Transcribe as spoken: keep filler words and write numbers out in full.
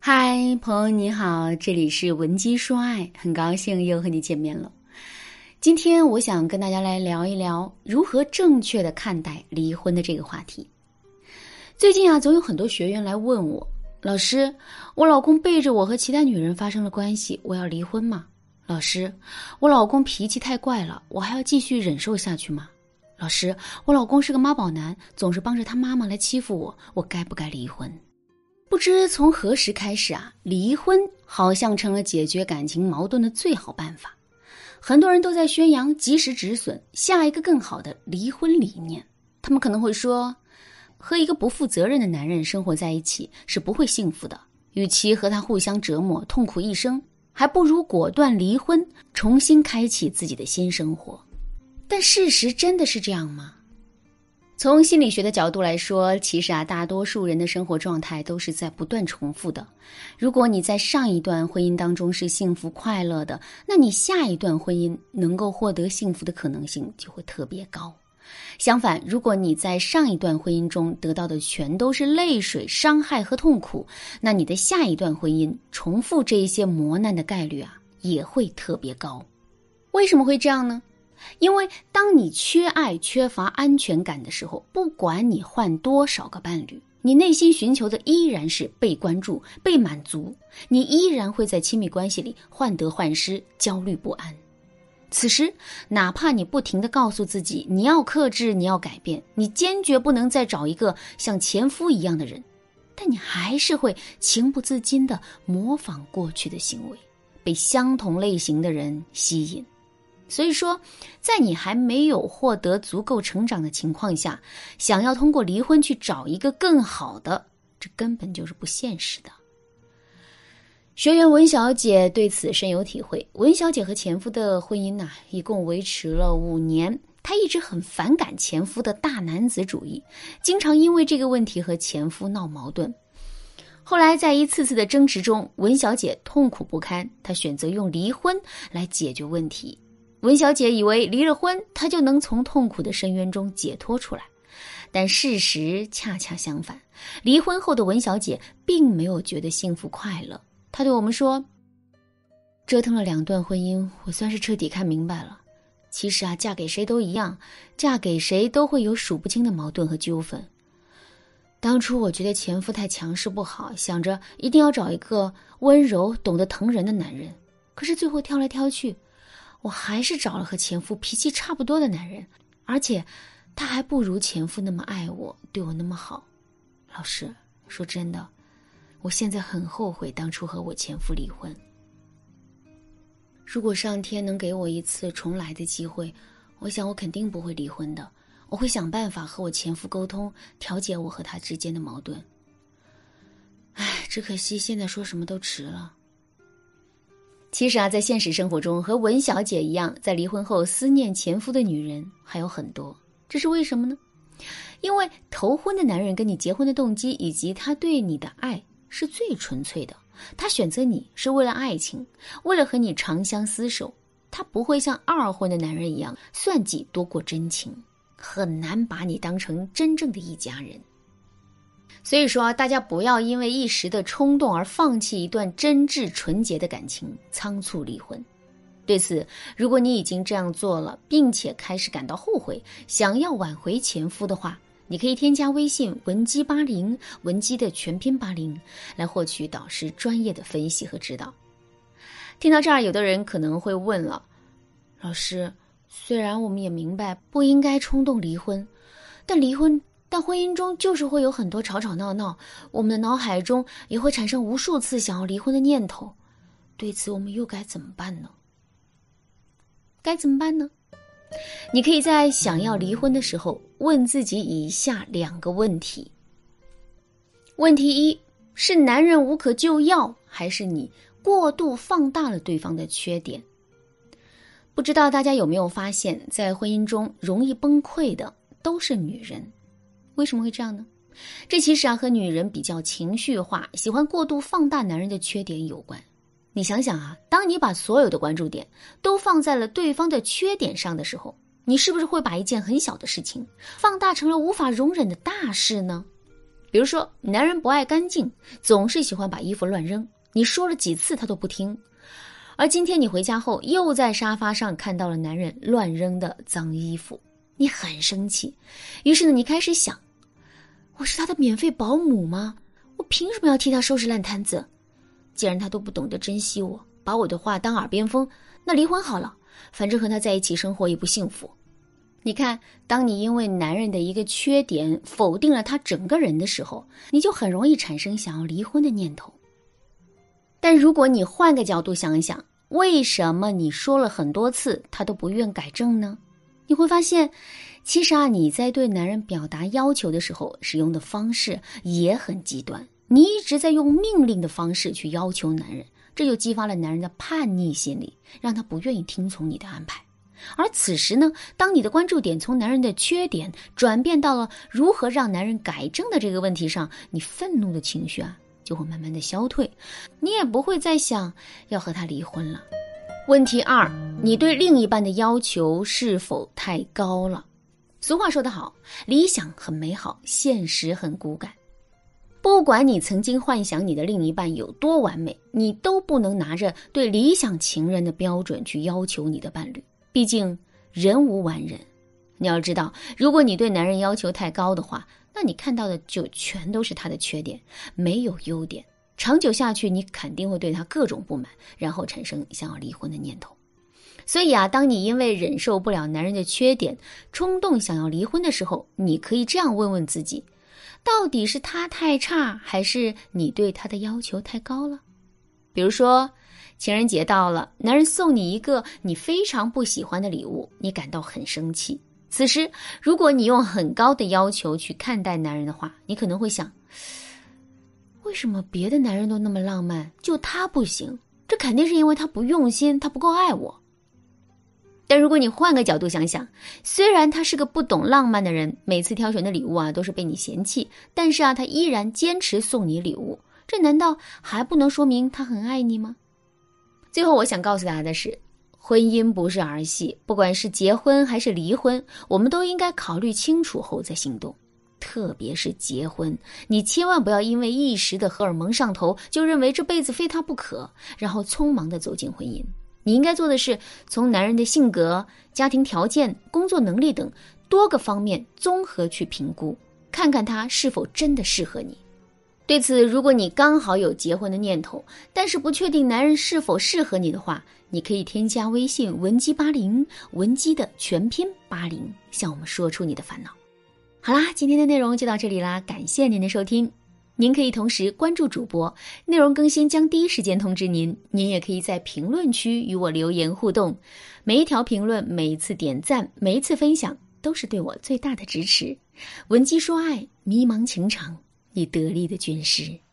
嗨，朋友你好，这里是文姬说爱，很高兴又和你见面了。今天我想跟大家来聊一聊如何正确的看待离婚的这个话题。最近啊，总有很多学员来问我，老师，我老公背着我和其他女人发生了关系，我要离婚吗？老师，我老公脾气太怪了，我还要继续忍受下去吗？老师，我老公是个妈宝男，总是帮着他妈妈来欺负我，我该不该离婚？不知从何时开始啊，离婚好像成了解决感情矛盾的最好办法。很多人都在宣扬及时止损，下一个更好的离婚理念。他们可能会说，和一个不负责任的男人生活在一起是不会幸福的，与其和他互相折磨痛苦一生，还不如果断离婚，重新开启自己的新生活。但事实真的是这样吗？从心理学的角度来说，其实啊，大多数人的生活状态都是在不断重复的。如果你在上一段婚姻当中是幸福快乐的，那你下一段婚姻能够获得幸福的可能性就会特别高。相反，如果你在上一段婚姻中得到的全都是泪水、伤害和痛苦，那你的下一段婚姻重复这一些磨难的概率啊，也会特别高。为什么会这样呢？因为当你缺爱、缺乏安全感的时候，不管你换多少个伴侣，你内心寻求的依然是被关注、被满足，你依然会在亲密关系里患得患失、焦虑不安。此时，哪怕你不停地告诉自己你要克制、你要改变，你坚决不能再找一个像前夫一样的人，但你还是会情不自禁地模仿过去的行为，被相同类型的人吸引。所以说，在你还没有获得足够成长的情况下，想要通过离婚去找一个更好的，这根本就是不现实的。学员文小姐对此深有体会。文小姐和前夫的婚姻呢、啊，一共维持了五年。她一直很反感前夫的大男子主义，经常因为这个问题和前夫闹矛盾。后来在一次次的争执中，文小姐痛苦不堪，她选择用离婚来解决问题。文小姐以为离了婚，她就能从痛苦的深渊中解脱出来，但事实恰恰相反。离婚后的文小姐并没有觉得幸福快乐。她对我们说，折腾了两段婚姻，我算是彻底看明白了。其实啊，嫁给谁都一样，嫁给谁都会有数不清的矛盾和纠纷。当初我觉得前夫太强势不好，想着一定要找一个温柔、懂得疼人的男人。可是最后挑来挑去，我还是找了和前夫脾气差不多的男人，而且他还不如前夫那么爱我，对我那么好。老师，说真的，我现在很后悔当初和我前夫离婚。如果上天能给我一次重来的机会，我想我肯定不会离婚的。我会想办法和我前夫沟通，调解我和他之间的矛盾。唉，只可惜现在说什么都迟了。其实啊，在现实生活中，和文小姐一样，在离婚后思念前夫的女人还有很多。这是为什么呢？因为头婚的男人跟你结婚的动机以及他对你的爱是最纯粹的，他选择你是为了爱情，为了和你长相厮守，他不会像二婚的男人一样算计多过真情，很难把你当成真正的一家人。所以说，大家不要因为一时的冲动而放弃一段真挚纯洁的感情，仓促离婚。对此，如果你已经这样做了，并且开始感到后悔，想要挽回前夫的话，你可以添加微信文姬八零，文姬的全拼八零，来获取导师专业的分析和指导。听到这儿，有的人可能会问了，老师，虽然我们也明白不应该冲动离婚，但离婚但婚姻中就是会有很多吵吵闹闹，我们的脑海中也会产生无数次想要离婚的念头，对此我们又该怎么办呢？该怎么办呢？你可以在想要离婚的时候问自己以下两个问题。问题一，是男人无可救药，还是你过度放大了对方的缺点？不知道大家有没有发现，在婚姻中容易崩溃的都是女人。为什么会这样呢？这其实啊和女人比较情绪化，喜欢过度放大男人的缺点有关。你想想啊，当你把所有的关注点都放在了对方的缺点上的时候，你是不是会把一件很小的事情放大成了无法容忍的大事呢？ 比如说，男人不爱干净，总是喜欢把衣服乱扔，你说了几次他都不听。而今天你回家后，又在沙发上看到了男人乱扔的脏衣服，你很生气。于是呢，你开始想，我是他的免费保姆吗？我凭什么要替他收拾烂摊子？既然他都不懂得珍惜我，把我的话当耳边风，那离婚好了，反正和他在一起生活也不幸福。你看，当你因为男人的一个缺点否定了他整个人的时候，你就很容易产生想要离婚的念头。但如果你换个角度想一想，为什么你说了很多次他都不愿改正呢？你会发现，其实啊，你在对男人表达要求的时候使用的方式也很极端，你一直在用命令的方式去要求男人，这就激发了男人的叛逆心理，让他不愿意听从你的安排。而此时呢，当你的关注点从男人的缺点转变到了如何让男人改正的这个问题上，你愤怒的情绪啊就会慢慢的消退，你也不会再想要和他离婚了。问题二，你对另一半的要求是否太高了？俗话说得好，理想很美好，现实很骨感。不管你曾经幻想你的另一半有多完美，你都不能拿着对理想情人的标准去要求你的伴侣。毕竟人无完人，你要知道，如果你对男人要求太高的话，那你看到的就全都是他的缺点，没有优点。长久下去，你肯定会对他各种不满，然后产生想要离婚的念头。所以啊，当你因为忍受不了男人的缺点，冲动想要离婚的时候，你可以这样问问自己，到底是他太差，还是你对他的要求太高了？比如说，情人节到了，男人送你一个你非常不喜欢的礼物，你感到很生气。此时，如果你用很高的要求去看待男人的话，你可能会想，为什么别的男人都那么浪漫，就他不行？这肯定是因为他不用心，他不够爱我。但如果你换个角度想想，虽然他是个不懂浪漫的人，每次挑选的礼物啊都是被你嫌弃，但是啊他依然坚持送你礼物，这难道还不能说明他很爱你吗？最后我想告诉大家的是，婚姻不是儿戏，不管是结婚还是离婚，我们都应该考虑清楚后再行动。特别是结婚，你千万不要因为一时的荷尔蒙上头，就认为这辈子非他不可，然后匆忙地走进婚姻。你应该做的是，从男人的性格、家庭条件、工作能力等多个方面综合去评估，看看他是否真的适合你。对此，如果你刚好有结婚的念头，但是不确定男人是否适合你的话，你可以添加微信文姬八零，文姬的全拼八零，向我们说出你的烦恼。好啦，今天的内容就到这里啦，感谢您的收听。您可以同时关注主播，内容更新将第一时间通知您。您也可以在评论区与我留言互动，每一条评论、每一次点赞、每一次分享，都是对我最大的支持。文姬说爱，迷茫情场，你得力的军师。